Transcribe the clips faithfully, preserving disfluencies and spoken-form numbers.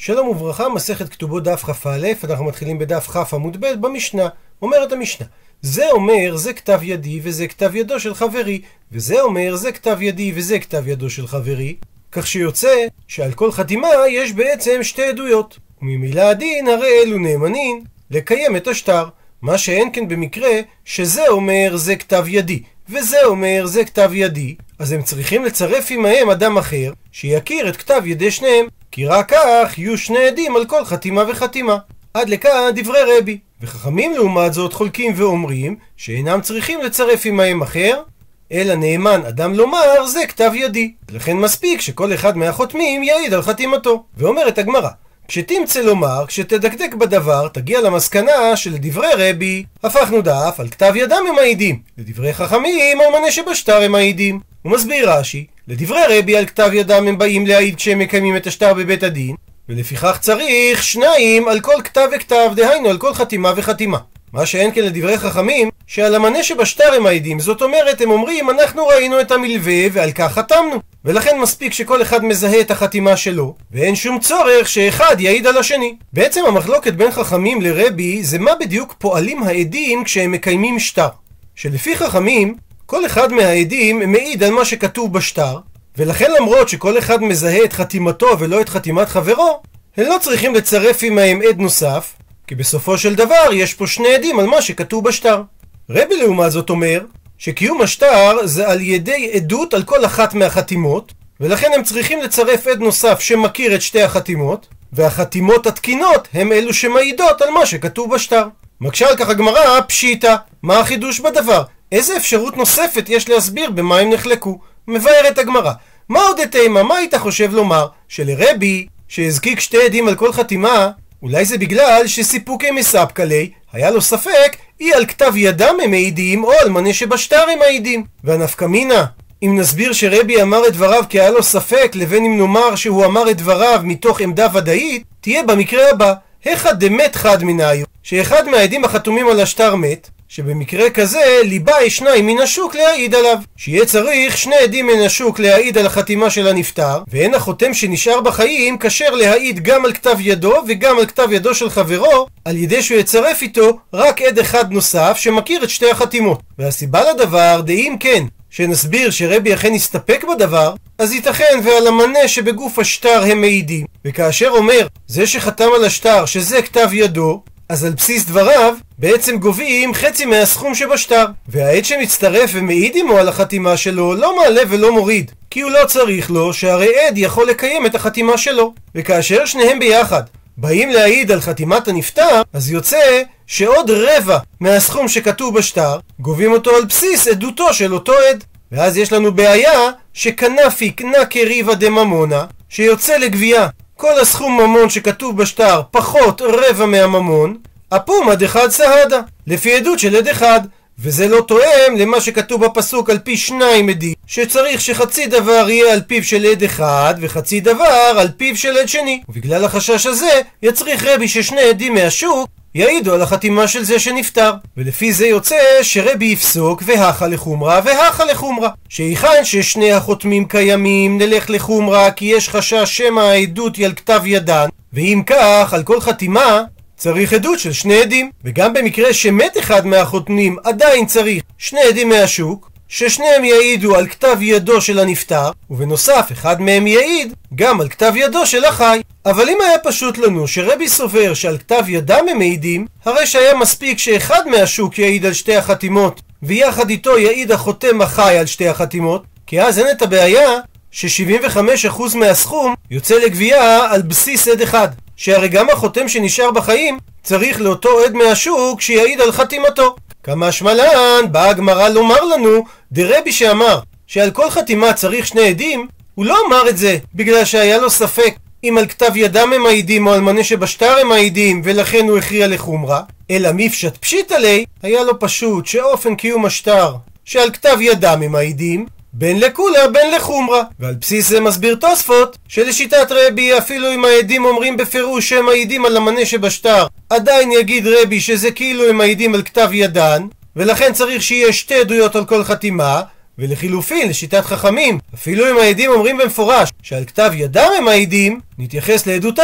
שלום וברכה, מסכת כתובות דף כ"א, אנחנו מתחילים בדף כ' עמוד ב' במשנה. אומרת המשנה, זה אומר זה כתב ידי וזה כתב ידו של חברי, וזה אומר זה כתב ידי וזה כתב ידו של חברי, כך שיוצא שעל כל חתימה יש בעצם שתי עדויות, וממילא הדין הרי אלו נאמנים לקיים את השטר, מה שאין כן במקרה שזה אומר זה כתב ידי וזה אומר זה כתב ידי, אז הם צריכים לצרף עמהם אדם אחר שיכיר את כתב ידי שניהם, כי רק כך יהיו שני עדים על כל חתימה וחתימה. עד לכאן דברי רבי. וחכמים לעומת זאת חולקים ואומרים שאינם צריכים לצרף עמהם אחר, אלא נאמן אדם לומר זה כתב ידי, לכן מספיק שכל אחד מהחותמים יעיד על חתימתו. ואומרת הגמרא, כשתמצא לומר, כשתדקדק בדבר, תגיע למסקנה שלדברי רבי הפכנו דף על כתב ידם הם העידים, לדברי חכמים על מנה שבשטר הם העידים. הוא מסביר רש"י, לדברי רבי על כתב ידם הם באים להעיד כשהם מקיימים את השטר בבית הדין, ולפיכך צריך שניים על כל כתב וכתב, דהיינו על כל חתימה וחתימה. מה שאין כן לדברי חכמים, שעל המנה שבשטר הם העידים, זאת אומרת הם אומרים אנחנו ראינו את המלווה ועל כך חתמנו, ולכן מספיק שכל אחד מזהה את החתימה שלו, ואין שום צורך שאחד יעיד על השני. בעצם המחלוקת בין חכמים לרבי זה מה בדיוק פועלים העדים כשהם מקיימים שטר, שלפי חכמים כל אחד מהעדים מעיד על מה שכתוב בשטר, ולכן למרות שכל אחד מזהה את חתימתו ולא את חתימת חברו, הם לא צריכים לצרף עמהם עד נוסף, כי בסופו של דבר יש פה שני עדים על מה שכתוב בשטר. רבי לעומת זאת אומר שקיום השטר זה על ידי עדות על כל אחת מהחתימות, ולכן הם צריכים לצרף עד נוסף שמכיר את שתי החתימות, והחתימות התקינות הם אלו שמעידות על מה שכתוב בשטר. מקשה על כך הגמרא, פשיטה, מה החידוש בדבר? איזה אפשרות נוספת יש להסביר במה הם נחלקו? מבארת הגמרא, מה עוד התאמה, מה היית חושב לומר? שלרבי שהזקיק שתי עדים על כל חתימה, אולי זה בגלל שסיפוקי מספקא ליה, היה לו ספק היא על כתב ידם הם מעידים או על מנה שבשטר הם מעידים. והנפקא מינה, אם נסביר שרבי אמר את דבריו כי היה לו ספק, לבין אם נאמר שהוא אמר את דבריו מתוך עמדה ודאית, תהיה במקרה הבא, אחד דמת חד מנהיו, שאחד מהעדים החתומים על השטר מת, שבמקרה כזה ליבה שניים מן השוק להעיד עליו, שיהיה צריך שני עדים מן השוק להעיד על החתימה של הנפטר, ואין החותם שנשאר בחיים כשר להעיד גם על כתב ידו וגם על כתב ידו של חברו, על ידי שהוא יצרף איתו רק עד אחד נוסף שמכיר את שתי החתימות. והסיבה לדבר, דאם כן שנסביר שרבי אכן הסתפק בדבר, אז ייתכן ועל המנה שבגוף השטר הם מעידים, וכאשר אומר זה שחתם על השטר שזה כתב ידו, אז על בסיס דבריו בעצם גובים חצי מהסכום שבשטר, והעד שמצטרף ומעיד עמו על החתימה שלו לא מעלה ולא מוריד, כי הוא לא צריך לו, שהרי עד יכול לקיים את החתימה שלו. וכאשר שניהם ביחד באים להעיד על חתימת הנפטר, אז יוצא שעוד רבע מהסכום שכתוב בשטר גובים אותו על בסיס עדותו של אותו עד. ואז יש לנו בעיה שכנפיק נקה ריבא דממונה, שיוצא לגבייה כל הסכום ממון שכתוב בשטר פחות רבע מהממון, אפומא דחד סהדה, לפי עדות של עד אחד, וזה לא תואם למה שכתוב בפסוק על פי שניים עדים, שצריך שחצי דבר יהיה על פיו של עד אחד וחצי דבר על פיו של עד שני, ובגלל החשש הזה יצריך רבי ששני עדים מהשוק יעידו על החתימה של זה שנפטר. ולפי זה יוצא שרבי יפסוק והכה לחומרה והכה לחומרה, שהיכן ששני החותמים קיימים נלך לחומרה, כי יש חשש שמא העדות היא על כתב ידן, ואם כך על כל חתימה צריך עדות של שני עדים. וגם במקרה שמת אחד מהחותמים עדיין צריך שני עדים מהשוק ששניהם יעידו על כתב ידו של הנפטר, ובנוסף אחד מהם יעיד גם על כתב ידו של החי. אבל אם היה פשוט לנו שרבי סובר שעל כתב ידם הם מעידים, הרי שהיה מספיק שאחד מהשוק יעיד על שתי החתימות ויחד איתו יעיד החותם החי על שתי החתימות, כי אז אין את הבעיה ש-שבעים וחמישה אחוז מהסכום יוצא לגבייה על בסיס עד אחד, שהרי גם החותם שנשאר בחיים צריך לאותו עד מהשוק שיעיד על חתימתו. כמה שמלן באה הגמרא לומר לנו, דרבי שאמר שעל כל חתימה צריך שני עדים, הוא לא אמר את זה בגלל שהיה לו ספק אם על כתב ידם הם מעידים או על מנה שבשטר הם מעידים, ולכן הוא הכריע לחומרה, אלא מפשט פשיטא ליה, היה לו פשוט שאופן קיום השטר שעל כתב ידם הם מעידים בין לכולה בין לחומרה. ועל בסיס זה מסביר תוספות שלשיטת רבי אפילו אם העדים אומרים בפירוש שהם מעידים על המנה שבשטר, עדיין יגיד רבי שזה כאילו הם מעידים על כתב ידן, ולכן צריך שיהיה שתי עדויות על כל חתימה. ולחילופין, לשיטת חכמים, אפילו אם העדים אומרים במפורש שעל כתב ידם הם העדים, נתייחס לעדותם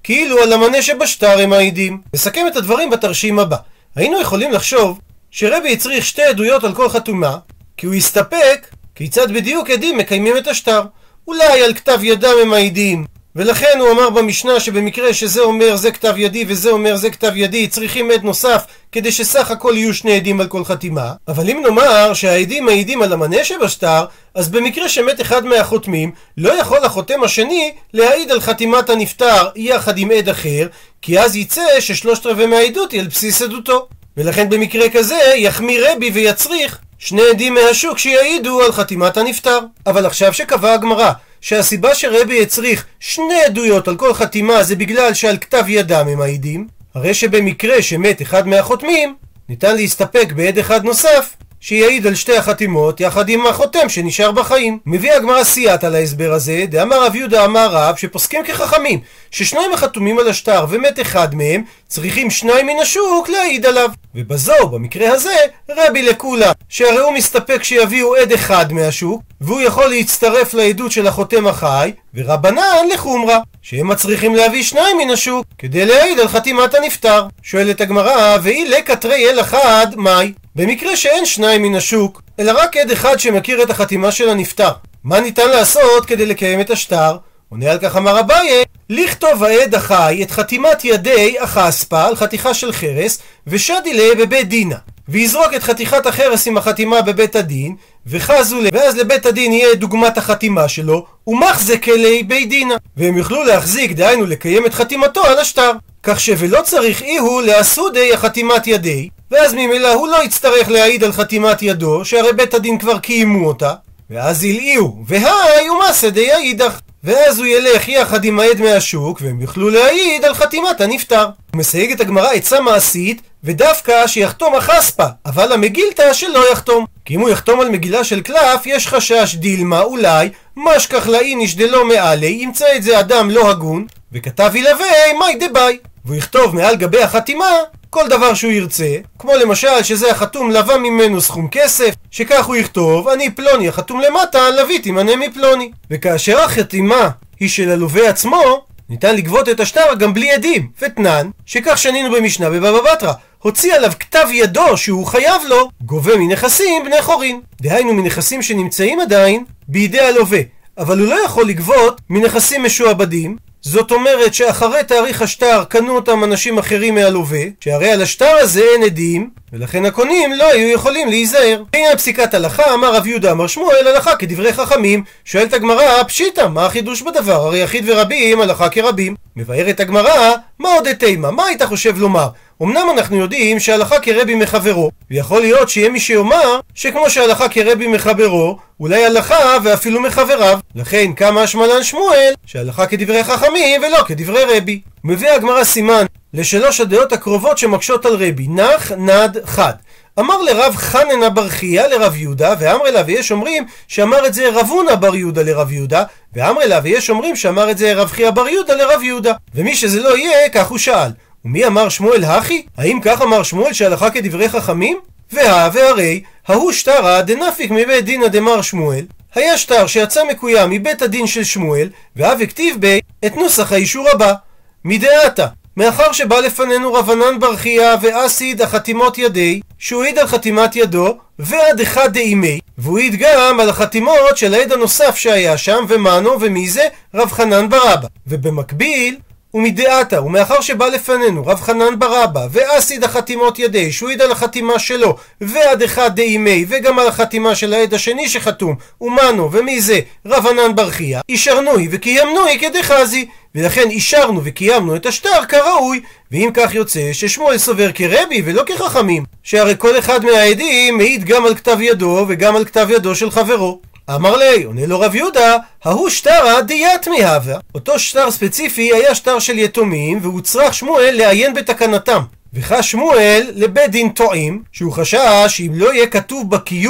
כאילו על המנה שבשטר הם העדים. נסכם את הדברים בתרשים הבא. היינו יכולים לחשוב שרבי צריך שתי עדויות על כל חתומה, כי הוא הסתפק כיצד בדיוק עדים מקיימים את השטר. אולי על כתב ידם הם העדים, ולכן הוא אמר במשנה שבמקרה שזה אומר זה כתב ידי וזה אומר זה כתב ידי, צריכים עד נוסף כדי שסך הכל יהיו שני עדים על כל חתימה. אבל אם נאמר שהעדים מעידים על המנה שבשטר, אז במקרה שמת אחד מהחותמים, לא יכול החותם השני להעיד על חתימת הנפטר יחד עם עד אחר, כי אז יצא ששלושת רבעי מהעדות היא על בסיס עדותו. ולכן במקרה כזה יחמיר רבי ויצריך שני עדים מהשוק שיעידו על חתימת הנפטר. אבל עכשיו שקבע הגמרא שהסיבה שרבי יצריך שני עדויות על כל חתימה זה בגלל שעל כתב ידם הם העדים, הרי שבמקרה שמת אחד מהחותמים ניתן להסתפק בעד אחד נוסף שיעיד על שתי החתימות יחד עם החותם שנשאר בחיים. מביא הגמרא סייעתא על ההסבר הזה, דאמר רב יהודה אמר רב שפוסקים כחכמים ששניים החתומים על השטר ומת אחד מהם, צריכים שניים מן השוק להעיד עליו. ובזו במקרה הזה רבי לקולה שהרי הוא מסתפק שיביאו עד אחד מהשוק והוא יכול להצטרף לעדות של החותם החי, ורבנן לחומרה שהם מצריכים להביא שניים מן השוק כדי להעיד על חתימת הנפטר. שואלת הגמרא, ואי לקטרי אל אחד מאי? במקרה שאין שניים מן השוק אלא רק עד אחד שמכיר את החתימה של הנפטר, מה ניתן לעשות כדי לקיים את השטר? עונה על כך אמר אביי, לכתוב העד החי את חתימת ידי החספה על חתיכה של חרס ושדילה בבית דינה, ויזרוק את חתיכת החרס עם החתימה בבית הדין וחזו לה, ואז לבית הדין יהיה דוגמת החתימה שלו ומחזק אלי בית דינה, והם יוכלו להחזיק, דהיינו לקיים את חתימתו על השטר, כך שלא צריך אי הוא לעסודי החתימת ידי, ואז ממילא הוא לא יצטרך להעיד על חתימת ידו שהרי בית הדין כבר קיימו אותה, ואז ילאיהו והי ומעשה די האידך, ואז הוא ילך יחד עם העד מהשוק והם יוכלו להעיד על חתימת הנפטר. הוא מסייג את הגמרא עצה מעשית, ודווקא שיחתום החספה, אבל המגילתא שלא יחתום, כי אם הוא יחתום על מגילה של קלף יש חשש דילמה אולי משכח לאיניש דלא מעלי, ימצא את זה אדם לא הגון וכתב ילווה מי דבאי, והוא יכתוב מעל גבי החתימה כל דבר שהוא ירצה, כמו למשל שזה החתום לווה ממנו סכום כסף, שכך הוא יכתוב אני פלוני החתום למטה לוויתי מנה מפלוני. וכאשר החתימה היא של הלווה עצמו, ניתן לגבות את השטר גם בלי עדים, ותנן שכך שנינו במשנה בבבא בתרא, הוציא עליו כתב ידו שהוא חייב לו, גובה מנכסים בני חורין, דהיינו מנכסים שנמצאים עדיין בידי הלווה, אבל הוא לא יכול לגבות מנכסים משועבדים. זאת אומרת שאחרי תאריך השטר קנו אותם אנשים אחרים מהלווה, שהרי על השטר הזה אין עדים, ולכן הקונים לא היו יכולים להיזהר. הנה פסיקת הלכה, אמר רב יהודה אמר שמואל, הלכה כדברי חכמים. שואלת הגמרא, פשיטא, מה החידוש בדבר? הרי יחיד ורבים, הלכה כרבים. מבארת הגמרא, מה עוד תימה? מה היית חושב לומר? אמנם אנחנו יודעים שהלכה כרבי מחברו, ויכול להיות שיהיה מי שיאמר שכמו שהלכה כרבי מחברו, אולי הלכה ואפילו מחבריו. לכן כמה השמלן שמואל שהלכה כדברי חכמים ולא כדברי רבי. מביא הגמרא סימן לשלוש הדעות הקרובות שמקשות על רבי, נח נד חד. אמר לרב חננה בר חייא לרב יהודה, ואמר לה ויש אומרים שאמר את זה רב הונא בר יהודה לרב יהודה, ואמר לה ויש אומרים שאמר את זה רב חייא בר יהודה לרב יהודה. ומי שזה לא יהיה, כך הוא שאל, ומי אמר שמואל הכי? האם כך אמר שמואל שהלכה כדברי חכמים? והא והרי ההוא שטרא דנפיק מבית דינא דמר שמואל, היה שטר שיצא מקוים מבית הדין של שמואל, והא וכתיב בי את נוסח האישור הבא, מדעתה, מאחר שבא לפנינו רבנן בר חייא ואסיד החתימות ידי, שהוא העיד על חתימת ידו ועד אחד דאימי, והוא העיד גם על החתימות של העד הנוסף שהיה שם, ומנו ומי זה? רב חנן בר אבא. ובמקביל ומדעתה, ומאחר שבא לפנינו רב חנן בר אבא ואסיד החתימות ידי, שהוא העיד על החתימה שלו ועד אחד דאימי, וגם על החתימה של העד השני שחתום, ומנו ומי זה? רב חנן בר חייא, אישרנוי וקיימנוי כדחזי, ולכן אישרנו וקיימנו את השטר כראוי. ואם כך יוצא ששמואל סובר כרבי ולא כחכמים, שהרי כל אחד מהעדים מעיד גם על כתב ידו וגם על כתב ידו של חברו. אמר לי, עונה לו רב יהודה, ההוא שטרא דיתמי הווה. אותו שטר ספציפי היה שטר של יתומים, והוא צריך שמואל לעיין בתקנתם. וחש שמואל לבית דין טועים, שהוא חשש שאם לא יהיה כתוב בקיום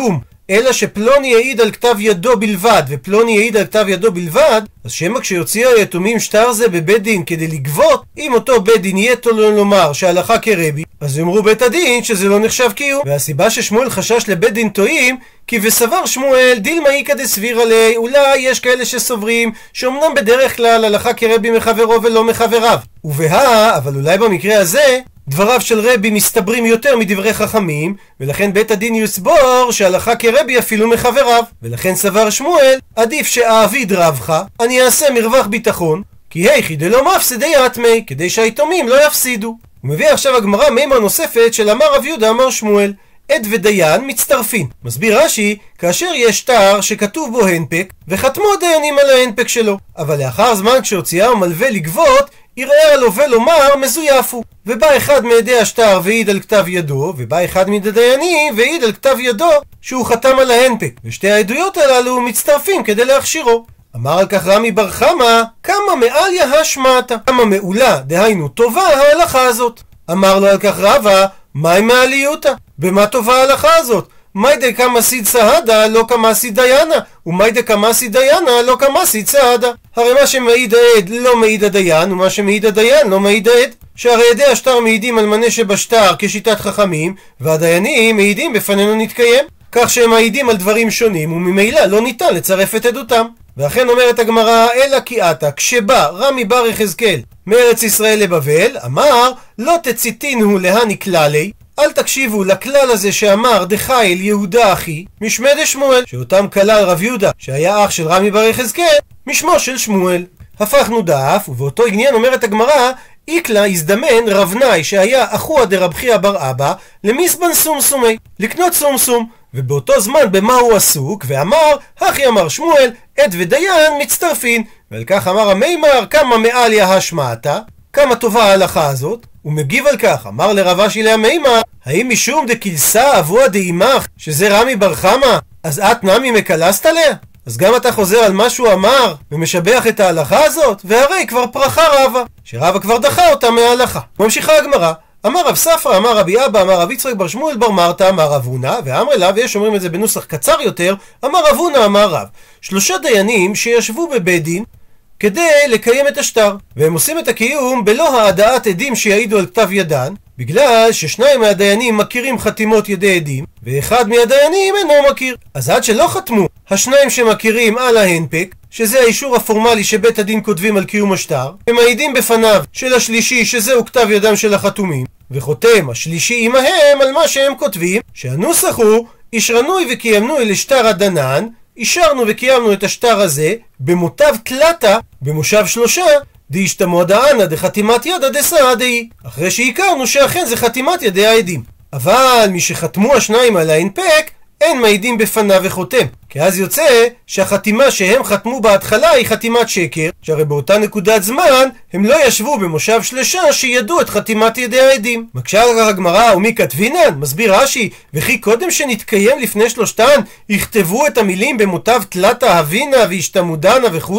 אלא שפלוני העיד על כתב ידו בלבד, ופלוני העיד על כתב ידו בלבד, אז שמא כשיוציאו היתומים שטר זה בבית דין כדי לגבות, אם אותו בית דין יהיה תולון לומר שההלכה כרבי, אז יאמרו בית הדין שזה לא נחשב קיום. והסיבה ששמואל חשש לבית דין טועים, כי וסבר שמואל דילמה איכא דסבירא ליה, אולי יש כאלה שסוברים שאומנם בדרך כלל הלכה כרבי מחברו ולא מחבריו, ובהה, אבל אולי במקרה הזה דבריו של רבי מסתברים יותר מדברי חכמים, ולכן בית הדין יסבור שהלכה כרבי אפילו מחבריו, ולכן סבר שמואל עדיף שאעביד רבך, אני אעשה מרווח ביטחון, כי היכי דלא מפסדי יתמי, כדי שהיתומים לא יפסידו. הוא מביא עכשיו הגמרא מימרה נוספת של אמר רב יהודה אמר שמואל, עד ודיין מצטרפים. מסביר רש"י, כאשר יש שטר שכתוב בו הנפק וחתמו דיינים על ההנפק שלו, אבל לאחר זמן כשהוציאה המלווה לגבות יראה הלווה לומר מזויף הוא, ובא אחד מעדי השטר והעיד על כתב ידו, ובא אחד מדיינים והעיד על כתב ידו שהוא חתם על ההנפק, ושתי העדויות הללו מצטרפים כדי להכשירו. אמר על כך רמי בר חמא, כמה מעליה השמעת, כמה מעולה, דהיינו טובה ההלכה הזאת. אמר לו על כך רבא, מהי מעליותה? במה טובה ההלכה הזאת? מאי דקמסיד סהדה לא כמסיד דיינה, ומאי דקמסיד דיינה לא כמסיד סהדה. הרי מה שמעיד העד לא מעיד הדיין, ומה שמעיד הדיין לא מעיד העד. שהרי עדי השטר מעידים על מנה שבשטר כשיטת חכמים, והדיינים מעידים בפנינו נתקיים, כך שהם מעידים על דברים שונים, וממילא לא ניתן לצרף את עדותם. ואכן אומרת הגמרא, אלא כי עתה כשבא רמי בר יחזקאל מארץ ישראל לבבל, אמר לא תציתינו להני כללי, אל תקשיבו לכלל הזה שאמר דחייל יהודה אחי משמי דשמואל, שאותם כלל רב יהודה שהיה אח של רמי בר יחזקאל משמו של שמואל. הפכנו דף, ובאותו עניין אומרת הגמרא, איקלה הזדמן רבנאי שהיה אחוה דרב חייא בר אבא למסבן סומסומי, לקנות סומסום, ובאותו זמן במה הוא עסוק, ואמר הכי אמר שמואל עד ודיין מצטרפין, ועל כך אמר המימר כמה מעליה השמעתה, כמה טובה ההלכה הזאת. הוא מגיב על כך, אמר לרב אשי להמימר, האם משום דקילסה אבוה דאימך שזה רמי בר חמא, אז את נמי מקלסת עליה? אז גם אתה חוזר על מה שהוא אמר ומשבח את ההלכה הזאת, והרי כבר פרחה רבא, שרבא כבר דחה אותה מההלכה. ממשיכה הגמרא, אמר רב ספרא, אמר רבי אבא, אמר רב יצחק בר שמואל בר מרתא, אמר רב הונא, ואמר לה, ויש אומרים את זה בנוסח קצר יותר, אמר רב הונא, אמר רב, שלושה דיינים שישבו בבית דין כדי לקיים את השטר, והם עושים את הקיום בלא העדאת עדים שיעידו על כתב ידן, בגלל ששניים מהדיינים מכירים חתימות ידי עדים, ואחד מהדיינים אינו מכיר. אז עד שלא חתמו השניים שמכירים על ההנפק, שזה האישור הפורמלי שבית הדין כותבים על קיום השטר, הם מעידים בפניו של השלישי שזהו כתב ידם של החתומים, וחותם השלישי עמהם על מה שהם כותבים, שהנוסח הוא אישרנוי וקיימנוי לשטר הדנן, אישרנו וקיימנו את השטר הזה במותב תלתה במושב שלושה דאישתמוע דאנא דחתימת ידא דסעדאי, אחרי שהכרנו שאכן זה חתימת ידי העדים. אבל מי שחתמו השניים על ההנפק אין מעידים בפניו וחותם, כי אז יוצא שהחתימה שהם חתמו בהתחלה היא חתימת שקר, שהרי באותה נקודת זמן הם לא ישבו במושב שלושה שידעו את חתימת ידי העדים. מקשה על כך הגמרא, ומי כתבינן? מסביר רש"י, וכי קודם שנתקיים לפני שלושתן יכתבו את המילים במותב תלתה הבינה והשתמודנה וכו'?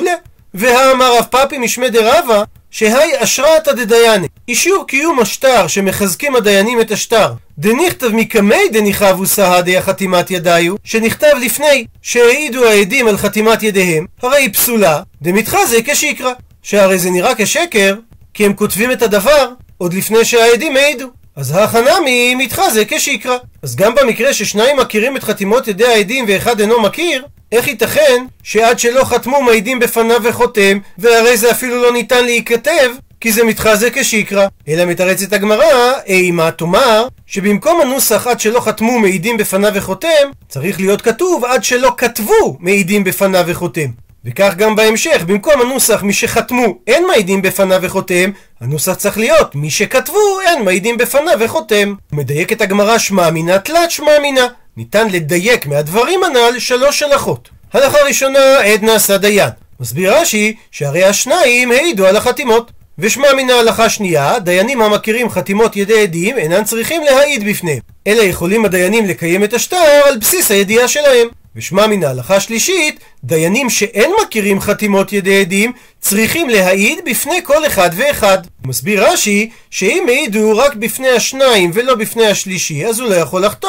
והאמר רב פאפי משמי דרבא, שהי אשרתא דדייני, אישור קיום השטר שמחזקים הדיינים את השטר, דנכתב מקמי דניחבו סהדי החתימת ידיו, שנכתב לפני שהעידו העדים על חתימת ידיהם, הרי היא פסולה דמתחזה כשיקרא, שהרי זה נראה כשקר כי הם כותבים את הדבר עוד לפני שהעדים העידו, אז החנמי מתחזה כשיקרא. אז גם במקרה ששניים מכירים את חתימות ידי העדים ואחד אינו מכיר, איך ייתכן שעד שלא חתמו מעידים בפניו וחותם, והרי זה אפילו לא ניתן להיכתב כי זה מתחזה כשיקרא? אלא מתרצת הגמרא, אימה תאמר שבמקום הנוסח עד שלא חתמו מעידים בפניו וחותם, צריך להיות כתוב עד שלא כתבו מעידים בפניו וחותם. וכך גם בהמשך, במקום הנוסח מי שחתמו אין מעידים בפניו וחותם, הנוסח צריך להיות מי שכתבו אין מעידים בפניו וחותם. מדייק את הגמרא שמע מינה תלת שמע מינה, ניתן לדייק מהדברים הנ"ל שלוש הלכות. הלכה ראשונה, עד נעשה דיין. מסביר רש"י שהרי השניים העידו על החתימות, ושמע מן ההלכה שנייה, דיינים המכירים חתימות ידי עדים אינם צריכים להעיד בפניהם, אלא יכולים הדיינים לקיים את השטר על בסיס הידיעה שלהם. ושמע מן ההלכה שלישית, דיינים שאין מכירים חתימות ידי עדים צריכים להעיד בפני כל אחד ואחד. הוא מסביר רש"י שאם העידו רק בפני השניים ולא בפני השלישי, אז הוא לא יכול לחתום,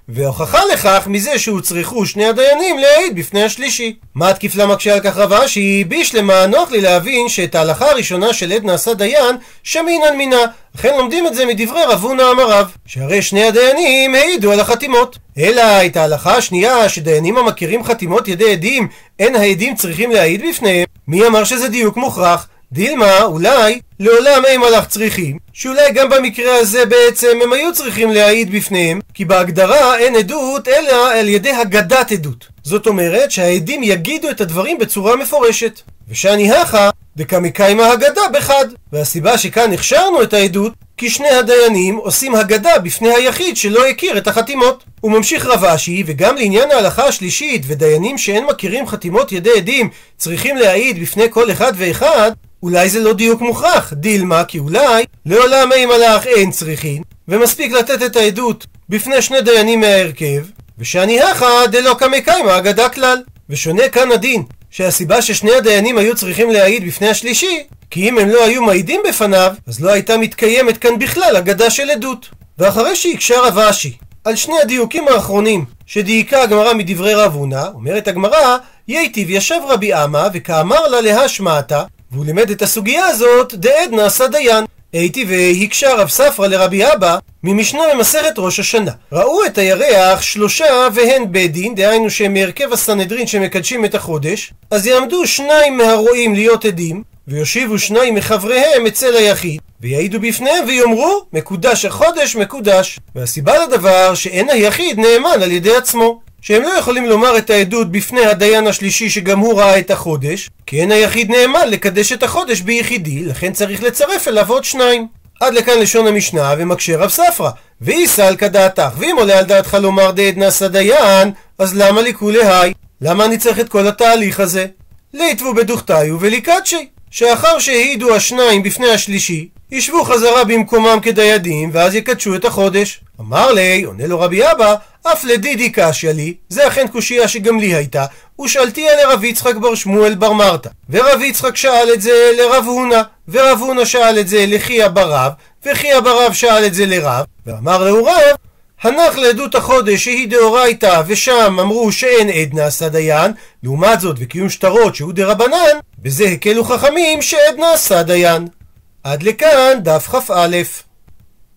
והוכחה לכך מזה שהוא צריכו שני הדיינים להעיד בפני השלישי. מה תקיף לה מקשה על כך רב אשי? בישלמה נוח לי להבין שאת ההלכה הראשונה של עד נעשה דיין שמינן מינה. לכן לומדים את זה מדברי רב הונא אמר רב, שהרי שני הדיינים העידו על החתימות. אלא את ההלכה השנייה שדיינים המכירים חתימות ידי עדים אין העדים צריכים להעיד בפניהם, מי אמר שזה דיוק מוכרח? דילמה, אולי לעולם הם מלאך צריכים, שאולי גם במקרה הזה בעצם הם היו צריכים להעיד בפניהם, כי בהגדרה אין עדות אלא על ידי הגדת עדות. זאת אומרת שהעדים יגידו את הדברים בצורה מפורשת. ושאני הכה דקמקיימא הגדה בחד, והסיבה שכאן הכשרנו את העדות כי שני הדיינים עושים הגדה בפני היחיד שלא הכיר את החתימות. הוא ממשיך רב אשי, וגם לעניין ההלכה השלישית ודיינים שאין מכירים חתימות ידי עדים צריכים להעיד בפני כל אחד ואחד, אולי זה לא דיוק מוכרח, דילמה, כי אולי לעולם מי מלאך אין צריכים, ומספיק לתת את העדות בפני שני דיינים מההרכב, ושאני הכה דלא קמקיימא אגדה כלל. ושונה כאן הדין, שהסיבה ששני הדיינים היו צריכים להעיד בפני השלישי, כי אם הם לא היו מעידים בפניו, אז לא הייתה מתקיימת כאן בכלל אגדה של עדות. ואחרי שהקשה רב אשי על שני הדיוקים האחרונים שדייקה הגמרא מדברי רב הונא, אומרת הגמרא, ייטיב ישב רבי עמא וכאמר לה להשמעתה, והוא לימד את הסוגיה הזאת דעד נעשה דיין. הייתי והקשה רב ספרא לרבי אבא ממשנה במסכת ראש השנה. ראו את הירח שלושה והן בית דין, דהיינו שהם מהרכב הסנהדרין שמקדשים את החודש, אז יעמדו שניים מהרועים להיות עדים, ויושיבו שניים מחבריהם אצל היחיד, ויעידו בפניהם ויאמרו מקודש החודש מקודש. והסיבה לדבר שאין היחיד נאמן על ידי עצמו, שהם לא יכולים לומר את העדות בפני הדיין השלישי שגם הוא ראה את החודש, כי אין היחיד נאמן לקדש את החודש ביחידי, לכן צריך לצרף אליו עוד שניים. עד לכאן לשון המשנה, ומקשה רב ספרא, ואיסא על כדעתך, ואם עולה על דעתך לומר דעד נעשה דיין, אז למה לכולי היי? למה אני צריך את כל התהליך הזה? ליטבו בדוכתיו וליקדשי, שאחר שהעידו השניים בפני השלישי, ישבו חזרה במקומם כדיידים, ואז יקדשו את החודש. אמר לי, עונה לו רבי אבא, אף לדידי קשיא לי, זה אכן קושייה שגם לי הייתה, ושאלתיה לרב יצחק בר שמואל בר מרתא, ורב יצחק שאל את זה לרב הונא, ורב הונא שאל את זה לחייא בר רב, וחייא בר רב שאל את זה לרב, ואמר לו רב, הנח לעדות החודש שהיא דאורייתא, ושם אמרו שאין עד נעשה דיין, לעומת זאת וקיום שטרות שהוא דרבנן, בזה הקלו חכמים שעד נעשה דיין. עד לכאן דף כ"א.